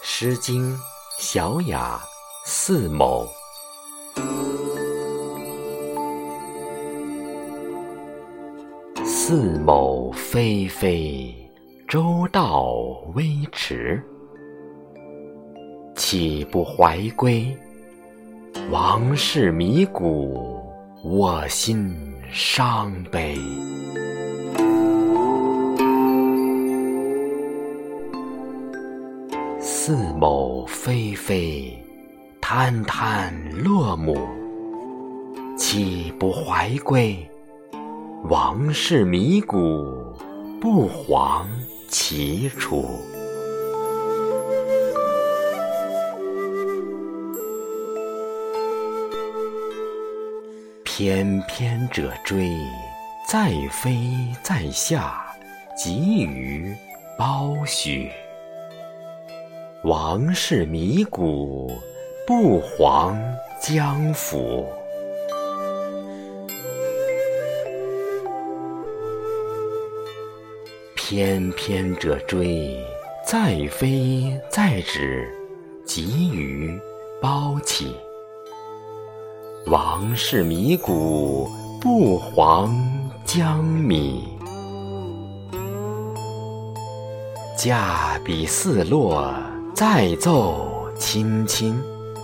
诗经·小雅·四某。四某霏霏，周道微迟。岂不怀归？王室迷古，我心伤悲。四某霏霏，滩滩落木。岂不怀归？王室迷古，不遑其处。翩翩者追，在飞在下，急于褒许。王室迷古，不遑将府。翩翩者追，在飞在止，急于褒起。王室迷古，不遑将米。驾笔四落，再奏青青。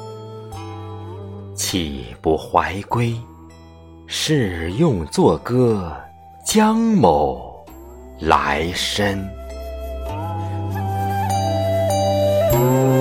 岂不怀归？是用作歌，姜某来深。